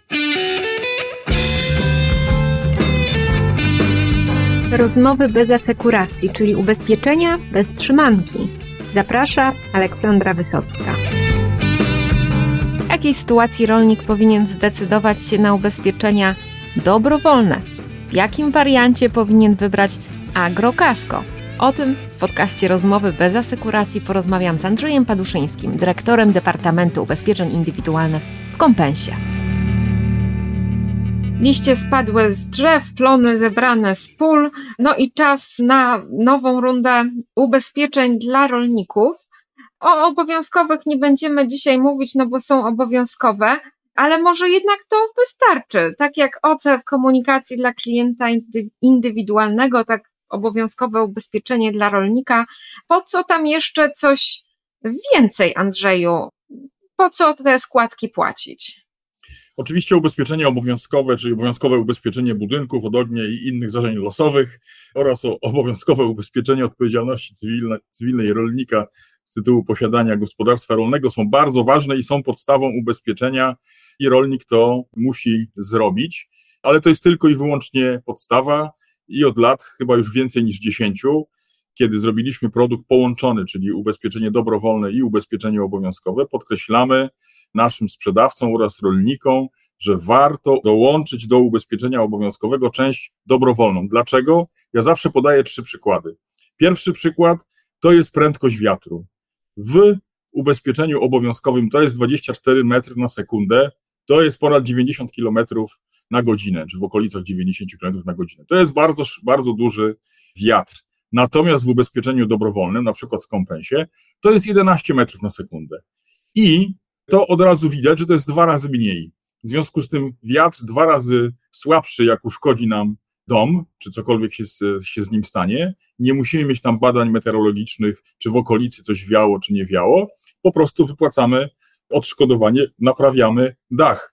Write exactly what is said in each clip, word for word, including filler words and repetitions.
Rozmowy bez asekuracji, czyli ubezpieczenia bez trzymanki. Zaprasza Aleksandra Wysocka. W jakiej sytuacji rolnik powinien zdecydować się na ubezpieczenia dobrowolne? W jakim wariancie powinien wybrać Agrokasko? O tym w podcaście Rozmowy bez asekuracji porozmawiam z Andrzejem Paduszyńskim, dyrektorem Departamentu Ubezpieczeń Indywidualnych w Compensie. Liście spadły z drzew, plony zebrane z pól, no i czas na nową rundę ubezpieczeń dla rolników. O obowiązkowych nie będziemy dzisiaj mówić, no bo są obowiązkowe, ale może jednak to wystarczy. Tak jak O C E w komunikacji dla klienta indywidualnego, tak obowiązkowe ubezpieczenie dla rolnika. Po co tam jeszcze coś więcej, Andrzeju? Po co te składki płacić? Oczywiście ubezpieczenie obowiązkowe, czyli obowiązkowe ubezpieczenie budynków od ognia i innych zdarzeń losowych oraz obowiązkowe ubezpieczenie odpowiedzialności cywilnej, cywilnej rolnika z tytułu posiadania gospodarstwa rolnego są bardzo ważne i są podstawą ubezpieczenia i rolnik to musi zrobić, ale to jest tylko i wyłącznie podstawa i od lat, chyba już więcej niż dziesięciu, kiedy zrobiliśmy produkt połączony, czyli ubezpieczenie dobrowolne i ubezpieczenie obowiązkowe, podkreślamy naszym sprzedawcom oraz rolnikom, że warto dołączyć do ubezpieczenia obowiązkowego część dobrowolną. Dlaczego? Ja zawsze podaję trzy przykłady. Pierwszy przykład to jest prędkość wiatru. W ubezpieczeniu obowiązkowym to jest dwadzieścia cztery metry na sekundę, to jest ponad dziewięćdziesiąt kilometrów na godzinę, czy w okolicach dziewięćdziesiąt kilometrów na godzinę. To jest bardzo, bardzo duży wiatr. Natomiast w ubezpieczeniu dobrowolnym, na przykład w Compensie, to jest jedenaście metrów na sekundę. I to od razu widać, że to jest dwa razy mniej. W związku z tym wiatr dwa razy słabszy, jak uszkodzi nam dom, czy cokolwiek się z, się z nim stanie. Nie musimy mieć tam badań meteorologicznych, czy w okolicy coś wiało, czy nie wiało. Po prostu wypłacamy odszkodowanie, naprawiamy dach.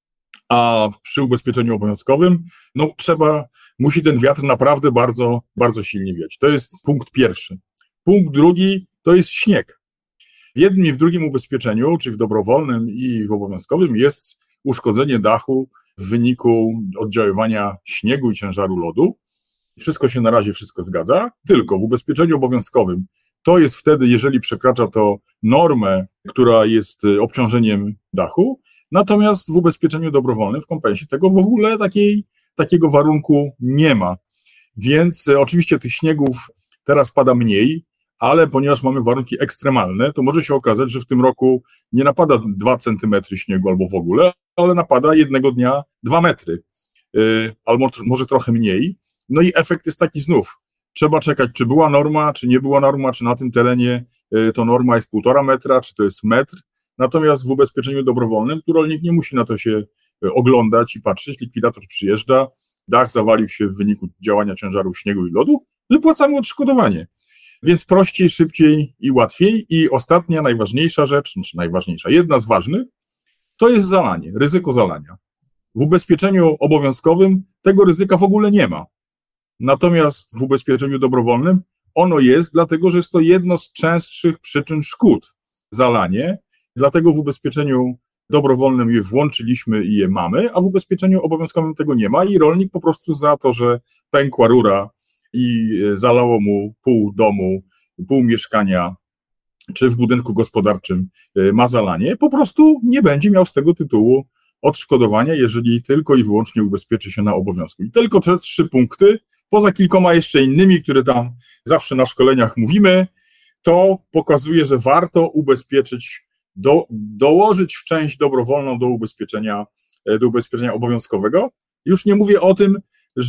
A przy ubezpieczeniu obowiązkowym, no trzeba, musi ten wiatr naprawdę bardzo, bardzo silnie wiać. To jest punkt pierwszy. Punkt drugi to jest śnieg. W jednym i w drugim ubezpieczeniu, czy w dobrowolnym i w obowiązkowym, jest uszkodzenie dachu w wyniku oddziaływania śniegu i ciężaru lodu. Wszystko się na razie wszystko zgadza, tylko w ubezpieczeniu obowiązkowym to jest wtedy, jeżeli przekracza to normę, która jest obciążeniem dachu, natomiast w ubezpieczeniu dobrowolnym, w Compensie, tego w ogóle takiej, takiego warunku nie ma. Więc oczywiście tych śniegów teraz pada mniej, ale ponieważ mamy warunki ekstremalne, to może się okazać, że w tym roku nie napada dwa centymetry śniegu albo w ogóle, ale napada jednego dnia dwa metry, yy, albo może trochę mniej. No i efekt jest taki znów. Trzeba czekać, czy była norma, czy nie była norma, czy na tym terenie yy, to norma jest półtora metra, czy to jest metr. Natomiast w ubezpieczeniu dobrowolnym, tu rolnik nie musi na to się oglądać i patrzeć, likwidator przyjeżdża, dach zawalił się w wyniku działania ciężaru śniegu i lodu, wypłacamy odszkodowanie. Więc prościej, szybciej i łatwiej. I ostatnia, najważniejsza rzecz, znaczy najważniejsza, jedna z ważnych, to jest zalanie, ryzyko zalania. W ubezpieczeniu obowiązkowym tego ryzyka w ogóle nie ma. Natomiast w ubezpieczeniu dobrowolnym ono jest, dlatego że jest to jedno z częstszych przyczyn szkód, zalanie. Dlatego w ubezpieczeniu dobrowolnym je włączyliśmy i je mamy, a w ubezpieczeniu obowiązkowym tego nie ma i rolnik po prostu za to, że pękła rura i zalało mu pół domu, pół mieszkania, czy w budynku gospodarczym ma zalanie, po prostu nie będzie miał z tego tytułu odszkodowania, jeżeli tylko i wyłącznie ubezpieczy się na obowiązku. I tylko te trzy punkty, poza kilkoma jeszcze innymi, które tam zawsze na szkoleniach mówimy, to pokazuje, że warto ubezpieczyć, do, dołożyć w część dobrowolną do ubezpieczenia, do ubezpieczenia obowiązkowego. Już nie mówię o tym,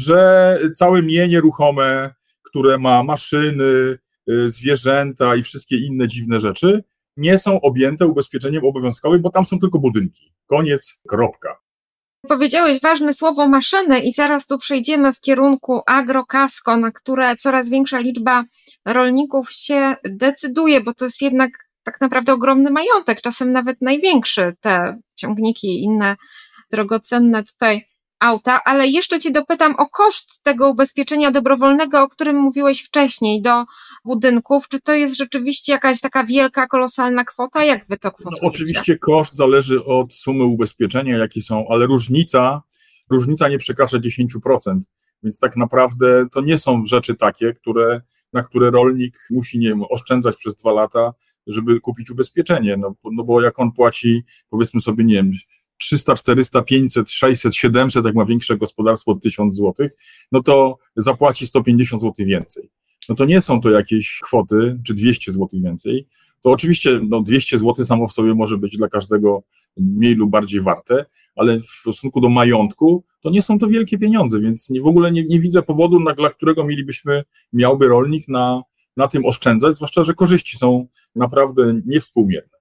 że całe mienie ruchome, które ma maszyny, zwierzęta i wszystkie inne dziwne rzeczy, nie są objęte ubezpieczeniem obowiązkowym, bo tam są tylko budynki. Koniec, kropka. Powiedziałeś ważne słowo maszyny i zaraz tu przejdziemy w kierunku Agrokasko, na które coraz większa liczba rolników się decyduje, bo to jest jednak tak naprawdę ogromny majątek, czasem nawet największy, te ciągniki i inne drogocenne tutaj auta, ale jeszcze Cię dopytam o koszt tego ubezpieczenia dobrowolnego, o którym mówiłeś wcześniej, do budynków. Czy to jest rzeczywiście jakaś taka wielka, kolosalna kwota? Jak Wy to kwotujecie? No, oczywiście koszt zależy od sumy ubezpieczenia, jakie są, ale różnica, różnica nie przekracza dziesięć procent, więc tak naprawdę to nie są rzeczy takie, które, na które rolnik musi, nie wiem, oszczędzać przez dwa lata, żeby kupić ubezpieczenie, no, no bo jak on płaci, powiedzmy sobie, nie wiem, trzysta, czterysta, pięćset, sześćset, siedemset, jak ma większe gospodarstwo od tysiąc złotych, no to zapłaci sto pięćdziesiąt złotych więcej. No to nie są to jakieś kwoty, czy dwieście złotych więcej. To oczywiście no dwieście złotych samo w sobie może być dla każdego mniej lub bardziej warte, ale w stosunku do majątku to nie są to wielkie pieniądze, więc nie, w ogóle nie, nie widzę powodu, na, dla którego mielibyśmy, miałby rolnik na, na tym oszczędzać, zwłaszcza, że korzyści są naprawdę niewspółmierne.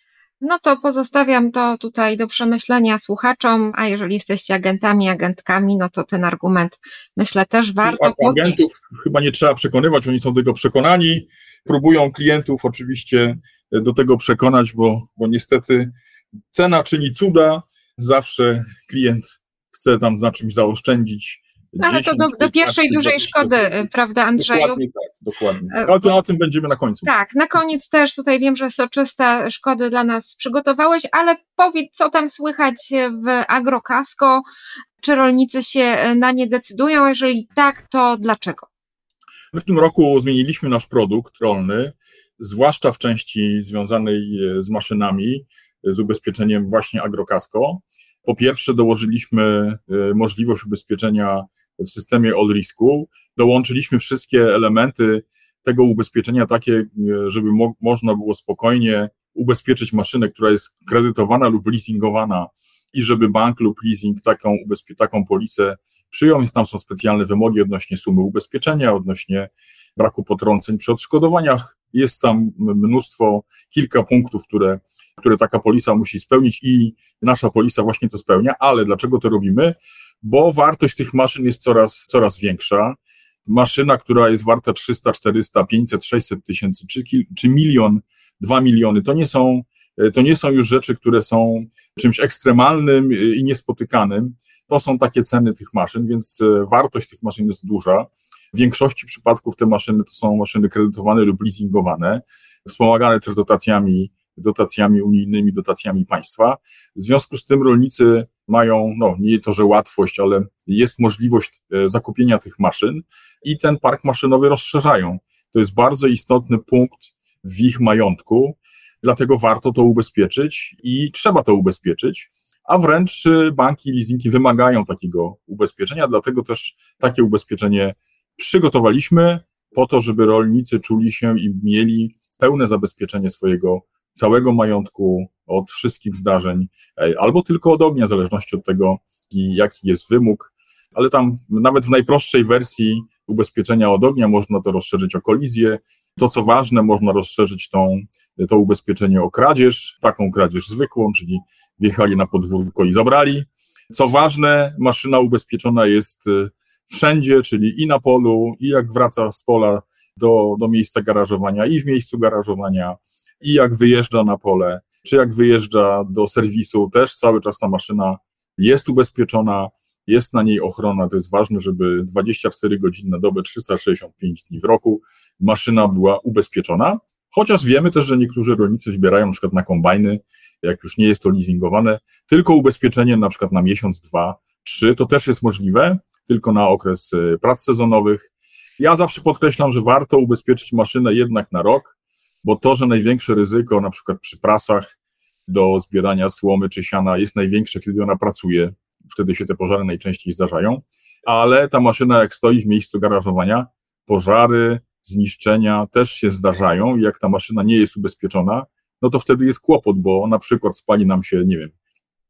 No to pozostawiam to tutaj do przemyślenia słuchaczom, a jeżeli jesteście agentami, agentkami, no to ten argument, myślę, też warto podnieść. Agentów chyba nie trzeba przekonywać, oni są do tego przekonani, próbują klientów oczywiście do tego przekonać, bo, bo niestety cena czyni cuda, zawsze klient chce tam na czymś zaoszczędzić. Ale to do, do pierwszej dużej szkody, prawda, Andrzeju? Dokładnie tak, dokładnie. Ale to na tym będziemy na końcu. Tak, na koniec też tutaj wiem, że soczyste szkody dla nas przygotowałeś, ale powiedz, co tam słychać w Agrokasko, czy rolnicy się na nie decydują, a jeżeli tak, to dlaczego? My w tym roku zmieniliśmy nasz produkt rolny, zwłaszcza w części związanej z maszynami, z ubezpieczeniem właśnie Agrokasko. Po pierwsze dołożyliśmy możliwość ubezpieczenia w systemie all risku, dołączyliśmy wszystkie elementy tego ubezpieczenia takie, żeby mo- można było spokojnie ubezpieczyć maszynę, która jest kredytowana lub leasingowana i żeby bank lub leasing taką, ubezpie- taką polisę przyjął, więc tam są specjalne wymogi odnośnie sumy ubezpieczenia, odnośnie braku potrąceń przy odszkodowaniach. Jest tam mnóstwo, kilka punktów, które, które taka polisa musi spełnić i nasza polisa właśnie to spełnia, ale dlaczego to robimy? Bo wartość tych maszyn jest coraz, coraz większa. Maszyna, która jest warta trzysta, czterysta, pięćset, sześćset tysięcy, czy, czy milion, dwa miliony, to nie są, to nie są już rzeczy, które są czymś ekstremalnym i niespotykanym. To są takie ceny tych maszyn, więc wartość tych maszyn jest duża. W większości przypadków te maszyny to są maszyny kredytowane lub leasingowane, wspomagane też dotacjami, dotacjami unijnymi, dotacjami państwa. W związku z tym rolnicy mają, no nie to, że łatwość, ale jest możliwość zakupienia tych maszyn i ten park maszynowy rozszerzają. To jest bardzo istotny punkt w ich majątku, dlatego warto to ubezpieczyć i trzeba to ubezpieczyć, a wręcz banki i leasingi wymagają takiego ubezpieczenia, dlatego też takie ubezpieczenie przygotowaliśmy po to, żeby rolnicy czuli się i mieli pełne zabezpieczenie swojego całego majątku od wszystkich zdarzeń, albo tylko od ognia, w zależności od tego, jaki jest wymóg, ale tam nawet w najprostszej wersji ubezpieczenia od ognia można to rozszerzyć o kolizję. To, co ważne, można rozszerzyć tą, to ubezpieczenie o kradzież, taką kradzież zwykłą, czyli wjechali na podwórko i zabrali. Co ważne, maszyna ubezpieczona jest wszędzie, czyli i na polu, i jak wraca z pola do, do miejsca garażowania, i w miejscu garażowania, i jak wyjeżdża na pole, czy jak wyjeżdża do serwisu, też cały czas ta maszyna jest ubezpieczona, jest na niej ochrona. To jest ważne, żeby dwadzieścia cztery godziny na dobę, trzysta sześćdziesiąt pięć dni w roku maszyna była ubezpieczona, chociaż wiemy też, że niektórzy rolnicy wybierają na przykład na kombajny, jak już nie jest to leasingowane, tylko ubezpieczenie na przykład na miesiąc, dwa, trzy, to też jest możliwe, tylko na okres prac sezonowych. Ja zawsze podkreślam, że warto ubezpieczyć maszynę jednak na rok, bo to, że największe ryzyko na przykład przy prasach do zbierania słomy czy siana jest największe, kiedy ona pracuje, wtedy się te pożary najczęściej zdarzają, ale ta maszyna jak stoi w miejscu garażowania, pożary, zniszczenia też się zdarzają i jak ta maszyna nie jest ubezpieczona, no to wtedy jest kłopot, bo na przykład spali nam się, nie wiem,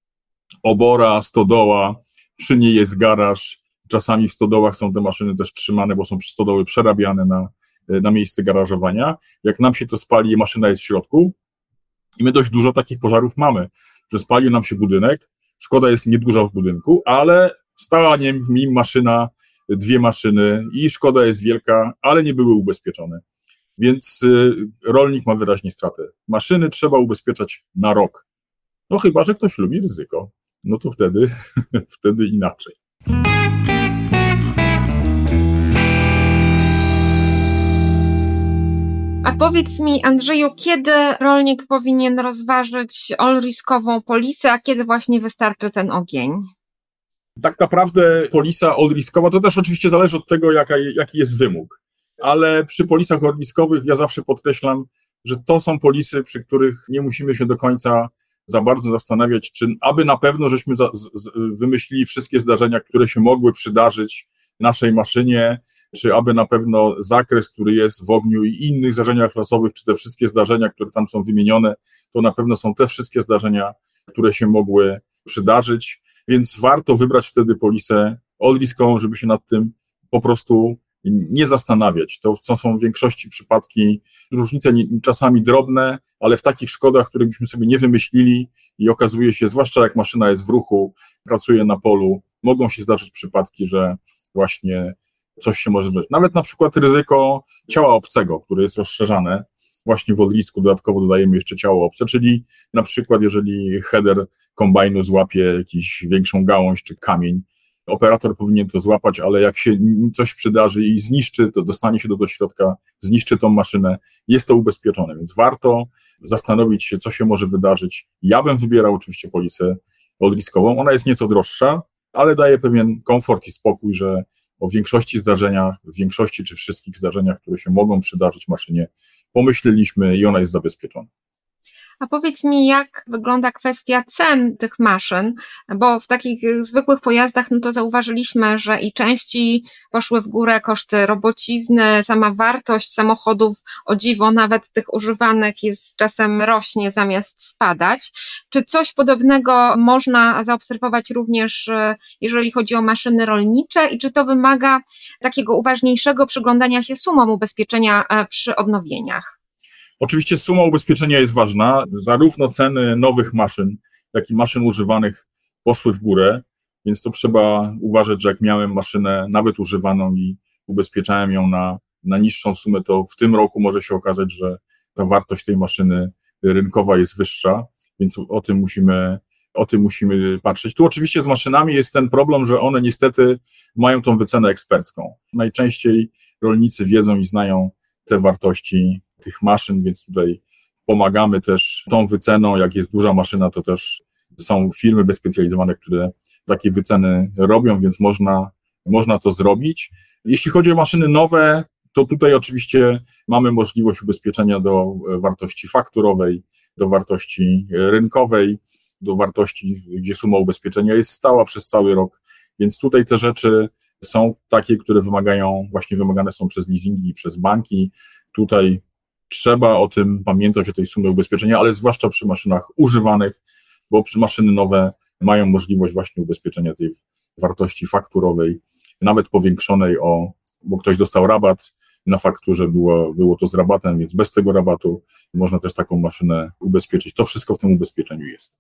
obora, stodoła, przy niej jest garaż, czasami w stodołach są te maszyny też trzymane, bo są stodoły przerabiane na, na miejsce garażowania. Jak nam się to spali, maszyna jest w środku i my dość dużo takich pożarów mamy, że spali nam się budynek, szkoda jest nieduża w budynku, ale stała nie, w nim maszyna, dwie maszyny i szkoda jest wielka, ale nie były ubezpieczone. Więc y, rolnik ma wyraźnie stratę. Maszyny trzeba ubezpieczać na rok. No chyba że ktoś lubi ryzyko. no to wtedy, wtedy inaczej. A powiedz mi, Andrzeju, kiedy rolnik powinien rozważyć all-riskową polisę, a kiedy właśnie wystarczy ten ogień? Tak naprawdę polisa all-riskowa to też oczywiście zależy od tego, jaka, jaki jest wymóg, ale przy polisach all-riskowych ja zawsze podkreślam, że to są polisy, przy których nie musimy się do końca za bardzo zastanawiać, czy aby na pewno żeśmy za, z, wymyślili wszystkie zdarzenia, które się mogły przydarzyć naszej maszynie, czy aby na pewno zakres, który jest w ogniu i innych zdarzeniach losowych, czy te wszystkie zdarzenia, które tam są wymienione, to na pewno są te wszystkie zdarzenia, które się mogły przydarzyć, więc warto wybrać wtedy polisę all-riskową, żeby się nad tym po prostu nie zastanawiać. To są w większości przypadki różnice czasami drobne, ale w takich szkodach, których byśmy sobie nie wymyślili i okazuje się, zwłaszcza jak maszyna jest w ruchu, pracuje na polu, mogą się zdarzyć przypadki, że właśnie coś się może zdarzyć. Nawet na przykład ryzyko ciała obcego, które jest rozszerzane. Właśnie w all-risku dodatkowo dodajemy jeszcze ciało obce, czyli na przykład jeżeli header kombajnu złapie jakąś większą gałąź czy kamień, operator powinien to złapać, ale jak się coś przydarzy i zniszczy, to dostanie się do, do środka, zniszczy tą maszynę, jest to ubezpieczone, więc warto zastanowić się, co się może wydarzyć. Ja bym wybierał oczywiście polisę all-riskową, ona jest nieco droższa, ale daje pewien komfort i spokój, że o większości zdarzeniach, w większości czy wszystkich zdarzeniach, które się mogą przydarzyć maszynie, pomyśleliśmy i ona jest zabezpieczona. A powiedz mi, jak wygląda kwestia cen tych maszyn, bo w takich zwykłych pojazdach, no to zauważyliśmy, że i części poszły w górę, koszty robocizny, sama wartość samochodów, o dziwo, nawet tych używanych jest czasem rośnie zamiast spadać. Czy coś podobnego można zaobserwować również, jeżeli chodzi o maszyny rolnicze i czy to wymaga takiego uważniejszego przyglądania się sumom ubezpieczenia przy odnowieniach? Oczywiście suma ubezpieczenia jest ważna. Zarówno ceny nowych maszyn, jak i maszyn używanych poszły w górę, więc to trzeba uważać, że jak miałem maszynę nawet używaną i ubezpieczałem ją na, na niższą sumę, to w tym roku może się okazać, że ta wartość tej maszyny rynkowa jest wyższa, więc o tym musimy, o tym musimy patrzeć. Tu oczywiście z maszynami jest ten problem, że one niestety mają tą wycenę ekspercką. Najczęściej rolnicy wiedzą i znają te wartości tych maszyn, więc tutaj pomagamy też tą wyceną. Jak jest duża maszyna, to też są firmy wyspecjalizowane, które takie wyceny robią, więc można, można to zrobić. Jeśli chodzi o maszyny nowe, to tutaj oczywiście mamy możliwość ubezpieczenia do wartości fakturowej, do wartości rynkowej, do wartości, gdzie suma ubezpieczenia jest stała przez cały rok, więc tutaj te rzeczy są takie, które wymagają, właśnie wymagane są przez leasingi i przez banki. Tutaj trzeba o tym pamiętać, o tej sumie ubezpieczenia, ale zwłaszcza przy maszynach używanych, bo przy maszyny nowe mają możliwość właśnie ubezpieczenia tej wartości fakturowej, nawet powiększonej o, bo ktoś dostał rabat na fakturze, było, było to z rabatem, więc bez tego rabatu można też taką maszynę ubezpieczyć. To wszystko w tym ubezpieczeniu jest.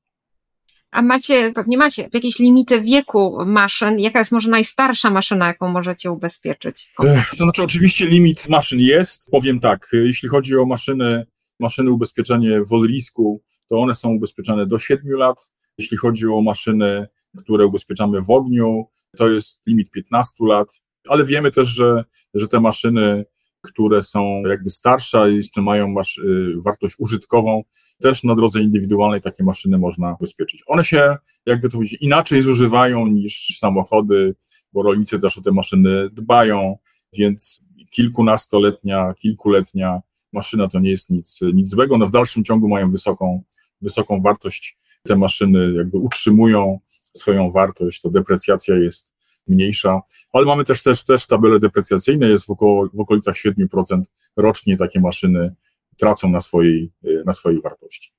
A macie, pewnie macie jakieś limity wieku maszyn? Jaka jest może najstarsza maszyna, jaką możecie ubezpieczyć? Ech, to znaczy oczywiście limit maszyn jest. Powiem tak, jeśli chodzi o maszyny, maszyny ubezpieczenie w all-risku, to one są ubezpieczane do siedmiu lat. Jeśli chodzi o maszyny, które ubezpieczamy w ogniu, to jest limit piętnaście lat, ale wiemy też, że, że te maszyny, które są jakby starsze, jeszcze mają masz, y, wartość użytkową, też na drodze indywidualnej takie maszyny można ubezpieczyć. One się, jakby to powiedzieć, inaczej zużywają niż samochody, bo rolnicy też o te maszyny dbają, więc kilkunastoletnia, kilkuletnia maszyna to nie jest nic, nic złego. No w dalszym ciągu mają wysoką, wysoką wartość. Te maszyny jakby utrzymują swoją wartość, to deprecjacja jest mniejsza, ale mamy też, też, też tabele deprecjacyjne, jest w, około, w okolicach siedem procent rocznie takie maszyny tracą na swojej, na swojej wartości.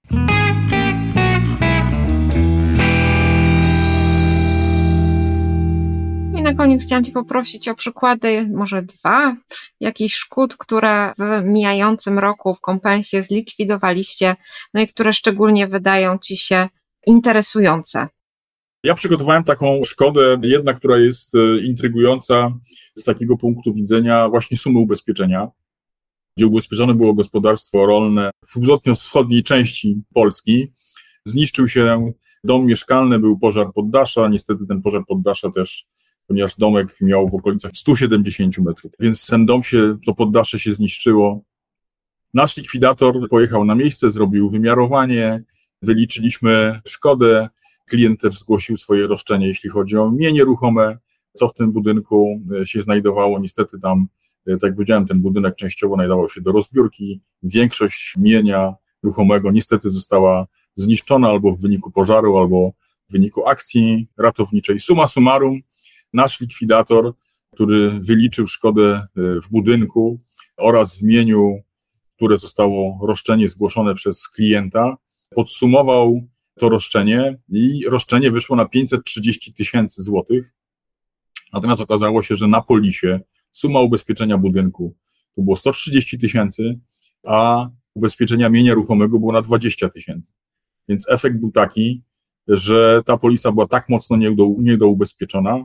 I na koniec chciałam Cię poprosić o przykłady, może dwa, jakichś szkód, które w mijającym roku w kompensie zlikwidowaliście, no i które szczególnie wydają Ci się interesujące. Ja przygotowałem taką szkodę, jedna, która jest intrygująca z takiego punktu widzenia właśnie sumy ubezpieczenia, gdzie ubezpieczone było gospodarstwo rolne w północno-wschodniej części Polski. Zniszczył się Dom mieszkalny, był pożar poddasza, niestety ten pożar poddasza też, ponieważ domek miał w okolicach sto siedemdziesiąt metrów, więc ten dom się, to poddasze się zniszczyło. Nasz likwidator pojechał na miejsce, zrobił wymiarowanie, wyliczyliśmy szkodę, klient też zgłosił swoje roszczenie, jeśli chodzi o mienie ruchome, co w tym budynku się znajdowało. Niestety tam, tak jak powiedziałem, ten budynek częściowo znajdował się do rozbiórki. Większość mienia ruchomego niestety została zniszczona albo w wyniku pożaru, albo w wyniku akcji ratowniczej. Summa summarum, nasz likwidator, który wyliczył szkodę w budynku oraz w mieniu, które zostało roszczenie zgłoszone przez klienta, podsumował to roszczenie i roszczenie wyszło na pięćset trzydzieści tysięcy złotych. Natomiast okazało się, że na polisie suma ubezpieczenia budynku to było sto trzydzieści tysięcy, a ubezpieczenia mienia ruchomego było na dwadzieścia tysięcy. Więc efekt był taki, że ta polisa była tak mocno niedoubezpieczona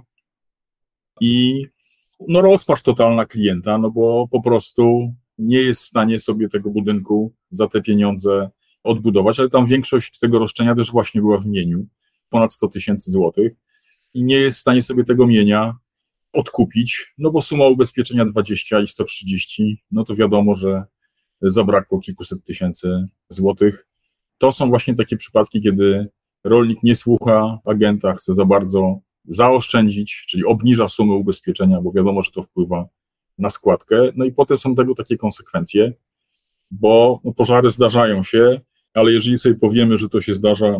i no rozpacz totalna klienta, no bo po prostu nie jest w stanie sobie tego budynku za te pieniądze odbudować, ale tam większość tego roszczenia też właśnie była w mieniu, ponad sto tysięcy złotych i nie jest w stanie sobie tego mienia odkupić, no bo suma ubezpieczenia dwadzieścia i sto trzydzieści, no to wiadomo, że zabrakło kilkuset tysięcy złotych. To są właśnie takie przypadki, kiedy rolnik nie słucha agenta, chce za bardzo zaoszczędzić, czyli obniża sumę ubezpieczenia, bo wiadomo, że to wpływa na składkę, no i potem są tego takie konsekwencje, bo no, pożary zdarzają się, ale jeżeli sobie powiemy, że to się zdarza,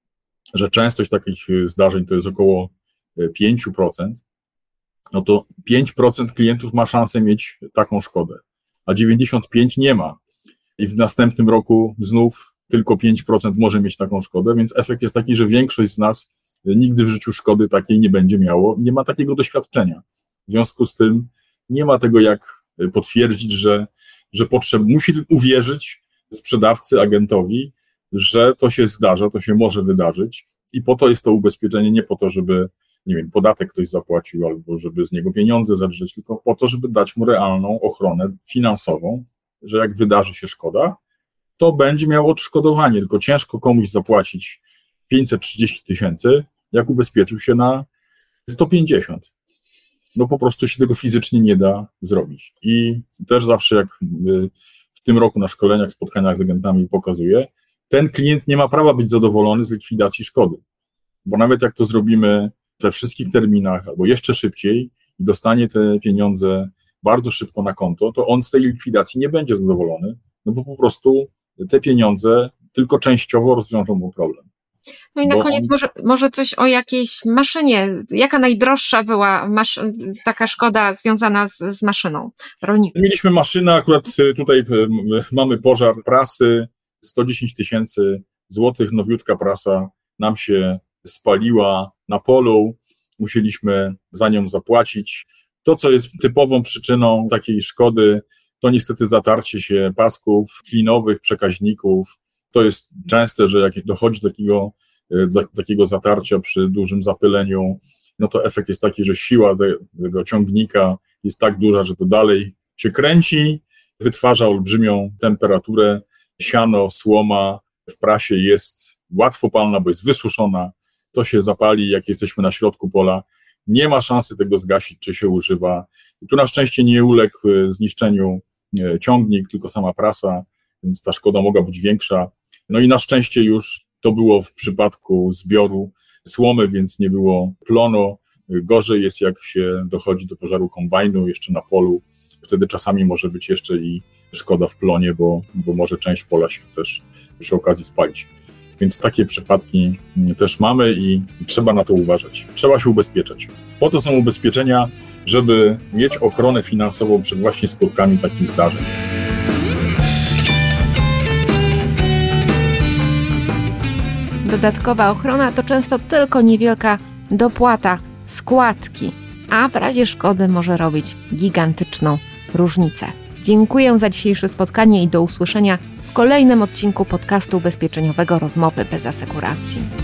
że częstość takich zdarzeń to jest około pięć procent, no to pięć procent klientów ma szansę mieć taką szkodę, a dziewięćdziesiąt pięć procent nie ma. I w następnym roku znów tylko pięć procent może mieć taką szkodę, więc efekt jest taki, że większość z nas nigdy w życiu szkody takiej nie będzie miało, nie ma takiego doświadczenia. W związku z tym nie ma tego jak potwierdzić, że, że potrzeb, musi uwierzyć sprzedawcy, agentowi, że to się zdarza, to się może wydarzyć i po to jest to ubezpieczenie, nie po to, żeby, nie wiem, podatek ktoś zapłacił albo żeby z niego pieniądze zadrzeć, tylko po to, żeby dać mu realną ochronę finansową, że jak wydarzy się szkoda, to będzie miał odszkodowanie, tylko ciężko komuś zapłacić pięćset trzydzieści tysięcy, jak ubezpieczył się na sto pięćdziesiąt. No po prostu się tego fizycznie nie da zrobić. I też zawsze jak w tym roku na szkoleniach, spotkaniach z agentami pokazuję, ten klient nie ma prawa być zadowolony z likwidacji szkody, bo nawet jak to zrobimy we wszystkich terminach albo jeszcze szybciej i dostanie te pieniądze bardzo szybko na konto, to on z tej likwidacji nie będzie zadowolony, no bo po prostu te pieniądze tylko częściowo rozwiążą mu problem. No i na koniec on... może, może coś o jakiejś maszynie. Jaka najdroższa była maszy... taka szkoda związana z, z maszyną rolników? Mieliśmy maszynę, akurat tutaj mamy pożar prasy, sto dziesięć tysięcy złotych, nowiutka prasa nam się spaliła na polu, musieliśmy za nią zapłacić. To, co jest typową przyczyną takiej szkody, to niestety zatarcie się pasków klinowych, przekaźników. To jest częste, że jak dochodzi do takiego, do takiego zatarcia przy dużym zapyleniu, no to efekt jest taki, że siła tego ciągnika jest tak duża, że to dalej się kręci, wytwarza olbrzymią temperaturę. Siano, słoma w prasie jest łatwopalna, bo jest wysuszona, to się zapali, jak jesteśmy na środku pola, nie ma szansy tego zgasić, czy się używa. Tu na szczęście nie uległ zniszczeniu ciągnik, tylko sama prasa, więc ta szkoda mogła być większa. No i na szczęście już to było w przypadku zbioru słomy, więc nie było plonu. Gorzej jest, jak się dochodzi do pożaru kombajnu jeszcze na polu. Wtedy czasami może być jeszcze i szkoda w plonie, bo, bo może część pola się też przy okazji spalić. Więc takie przypadki też mamy i trzeba na to uważać. Trzeba się ubezpieczać. Po to są ubezpieczenia, żeby mieć ochronę finansową przed właśnie skutkami takich zdarzeń. Dodatkowa ochrona to często tylko niewielka dopłata, składki, a w razie szkody może robić gigantyczną różnicę. Dziękuję za dzisiejsze spotkanie i do usłyszenia w kolejnym odcinku podcastu ubezpieczeniowego Rozmowy bez asekuracji.